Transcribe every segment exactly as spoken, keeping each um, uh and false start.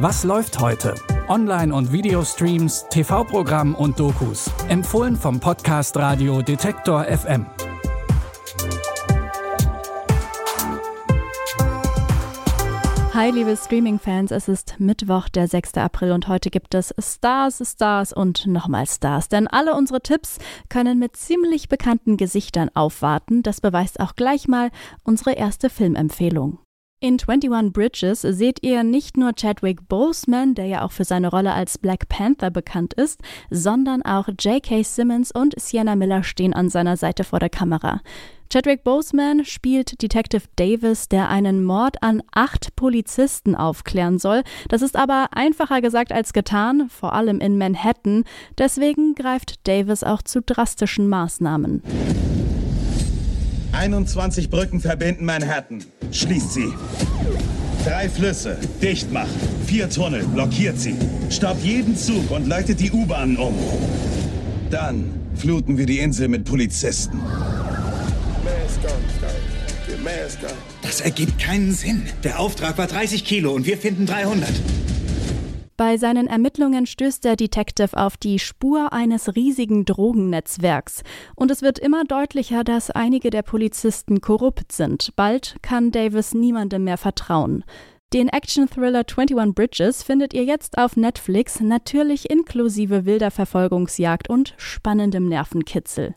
Was läuft heute? Online- und Videostreams, T V-Programm und Dokus. Empfohlen vom Podcast Radio Detektor F M. Hi, liebe Streaming-Fans, es ist Mittwoch, der sechster April und heute gibt es Stars, Stars und nochmal Stars. Denn alle unsere Tipps können mit ziemlich bekannten Gesichtern aufwarten. Das beweist auch gleich mal unsere erste Filmempfehlung. In einundzwanzig Bridges seht ihr nicht nur Chadwick Boseman, der ja auch für seine Rolle als Black Panther bekannt ist, sondern auch J K. Simmons und Sienna Miller stehen an seiner Seite vor der Kamera. Chadwick Boseman spielt Detective Davis, der einen Mord an acht Polizisten aufklären soll. Das ist aber einfacher gesagt als getan, vor allem in Manhattan. Deswegen greift Davis auch zu drastischen Maßnahmen. einundzwanzig Brücken verbinden Manhattan. Schließt sie. Drei Flüsse. Dicht machen. Vier Tunnel. Blockiert sie. Stoppt jeden Zug und leitet die U-Bahnen um. Dann fluten wir die Insel mit Polizisten. Das ergibt keinen Sinn. Der Auftrag war dreißig Kilo und wir finden dreihundert. Bei seinen Ermittlungen stößt der Detective auf die Spur eines riesigen Drogennetzwerks. Und es wird immer deutlicher, dass einige der Polizisten korrupt sind. Bald kann Davis niemandem mehr vertrauen. Den Action-Thriller einundzwanzig Bridges findet ihr jetzt auf Netflix, natürlich inklusive wilder Verfolgungsjagd und spannendem Nervenkitzel.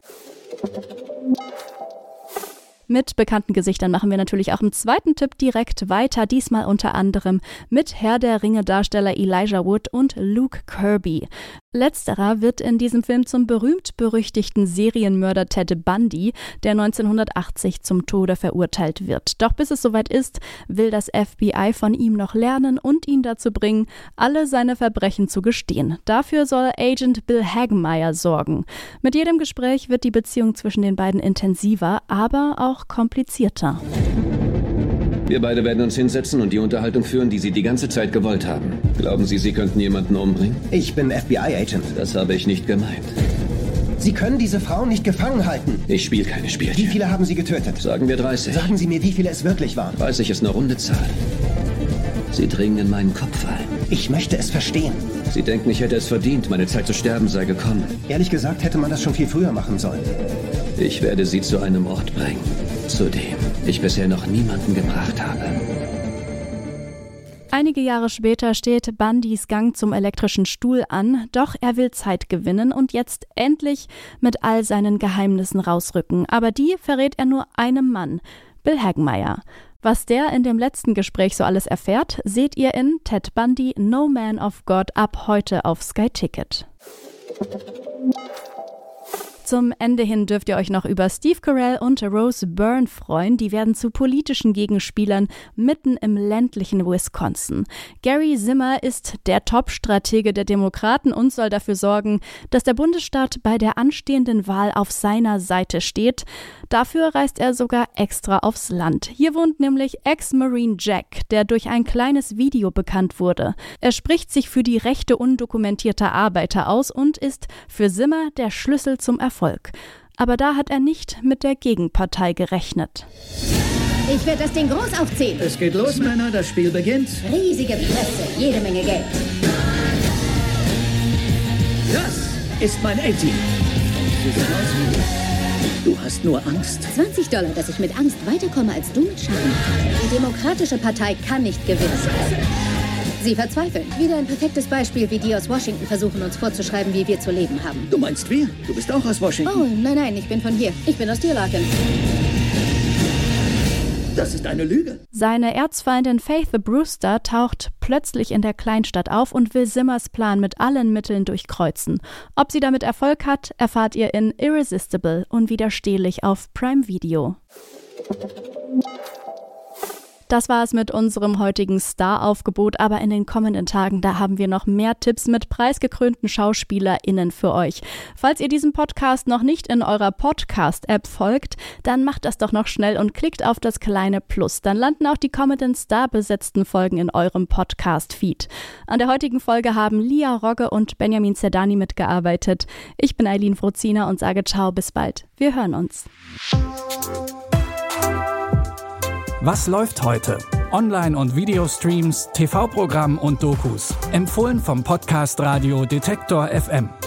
Mit bekannten Gesichtern machen wir natürlich auch im zweiten Tipp direkt weiter, diesmal unter anderem mit Herr der Ringe-Darsteller Elijah Wood und Luke Kirby. Letzterer wird in diesem Film zum berühmt-berüchtigten Serienmörder Ted Bundy, der neunzehnhundertachtzig zum Tode verurteilt wird. Doch bis es soweit ist, will das F B I von ihm noch lernen und ihn dazu bringen, alle seine Verbrechen zu gestehen. Dafür soll Agent Bill Hagemeyer sorgen. Mit jedem Gespräch wird die Beziehung zwischen den beiden intensiver, aber auch komplizierter. Wir beide werden uns hinsetzen und die Unterhaltung führen, die Sie die ganze Zeit gewollt haben. Glauben Sie, Sie könnten jemanden umbringen? Ich bin F B I-Agent. Das habe ich nicht gemeint. Sie können diese Frauen nicht gefangen halten. Ich spiele keine Spielchen. Wie viele haben Sie getötet? Sagen wir dreißig. Sagen Sie mir, wie viele es wirklich waren. dreißig ist eine runde Zahl. Sie dringen in meinen Kopf ein. Ich möchte es verstehen. Sie denken, ich hätte es verdient. Meine Zeit zu sterben sei gekommen. Ehrlich gesagt hätte man das schon viel früher machen sollen. Ich werde Sie zu einem Ort bringen, zu dem ich bisher noch niemanden gebracht habe. Einige Jahre später steht Bundys Gang zum elektrischen Stuhl an, doch er will Zeit gewinnen und jetzt endlich mit all seinen Geheimnissen rausrücken. Aber die verrät er nur einem Mann, Bill Hagemeyer. Was der in dem letzten Gespräch so alles erfährt, seht ihr in Ted Bundy, No Man of God ab heute auf Sky Ticket. Zum Ende hin dürft ihr euch noch über Steve Carell und Rose Byrne freuen. Die werden zu politischen Gegenspielern mitten im ländlichen Wisconsin. Gary Zimmer ist der Top-Stratege der Demokraten und soll dafür sorgen, dass der Bundesstaat bei der anstehenden Wahl auf seiner Seite steht. Dafür reist er sogar extra aufs Land. Hier wohnt nämlich Ex-Marine Jack, der durch ein kleines Video bekannt wurde. Er spricht sich für die Rechte undokumentierter Arbeiter aus und ist für Zimmer der Schlüssel zum Erfolg. Erfolg. Aber da hat er nicht mit der Gegenpartei gerechnet. Ich werde das Ding groß aufziehen. Es geht los, Männer, das Spiel beginnt. Riesige Presse, jede Menge Geld. Das ist mein A-Team. Du hast nur Angst. zwanzig Dollar, dass ich mit Angst weiterkomme als du mit Schaden. Die Demokratische Partei kann nicht gewinnen. Sie verzweifeln. Wieder ein perfektes Beispiel, wie die aus Washington versuchen, uns vorzuschreiben, wie wir zu leben haben. Du meinst wir? Du bist auch aus Washington. Oh, nein, nein, ich bin von hier. Ich bin aus Deerlaken. Das ist eine Lüge. Seine Erzfeindin Faith Brewster taucht plötzlich in der Kleinstadt auf und will Zimmers Plan mit allen Mitteln durchkreuzen. Ob sie damit Erfolg hat, erfahrt ihr in Irresistible, unwiderstehlich auf Prime Video. Das war es mit unserem heutigen Star-Aufgebot, aber in den kommenden Tagen, da haben wir noch mehr Tipps mit preisgekrönten SchauspielerInnen für euch. Falls ihr diesem Podcast noch nicht in eurer Podcast-App folgt, dann macht das doch noch schnell und klickt auf das kleine Plus. Dann landen auch die kommenden Star-besetzten Folgen in eurem Podcast-Feed. An der heutigen Folge haben Lia Rogge und Benjamin Zerdani mitgearbeitet. Ich bin Eileen Frozina und sage ciao, bis bald. Wir hören uns. Was läuft heute? Online- und Videostreams, T V-Programm und Dokus. Empfohlen vom Podcast Radio Detektor F M.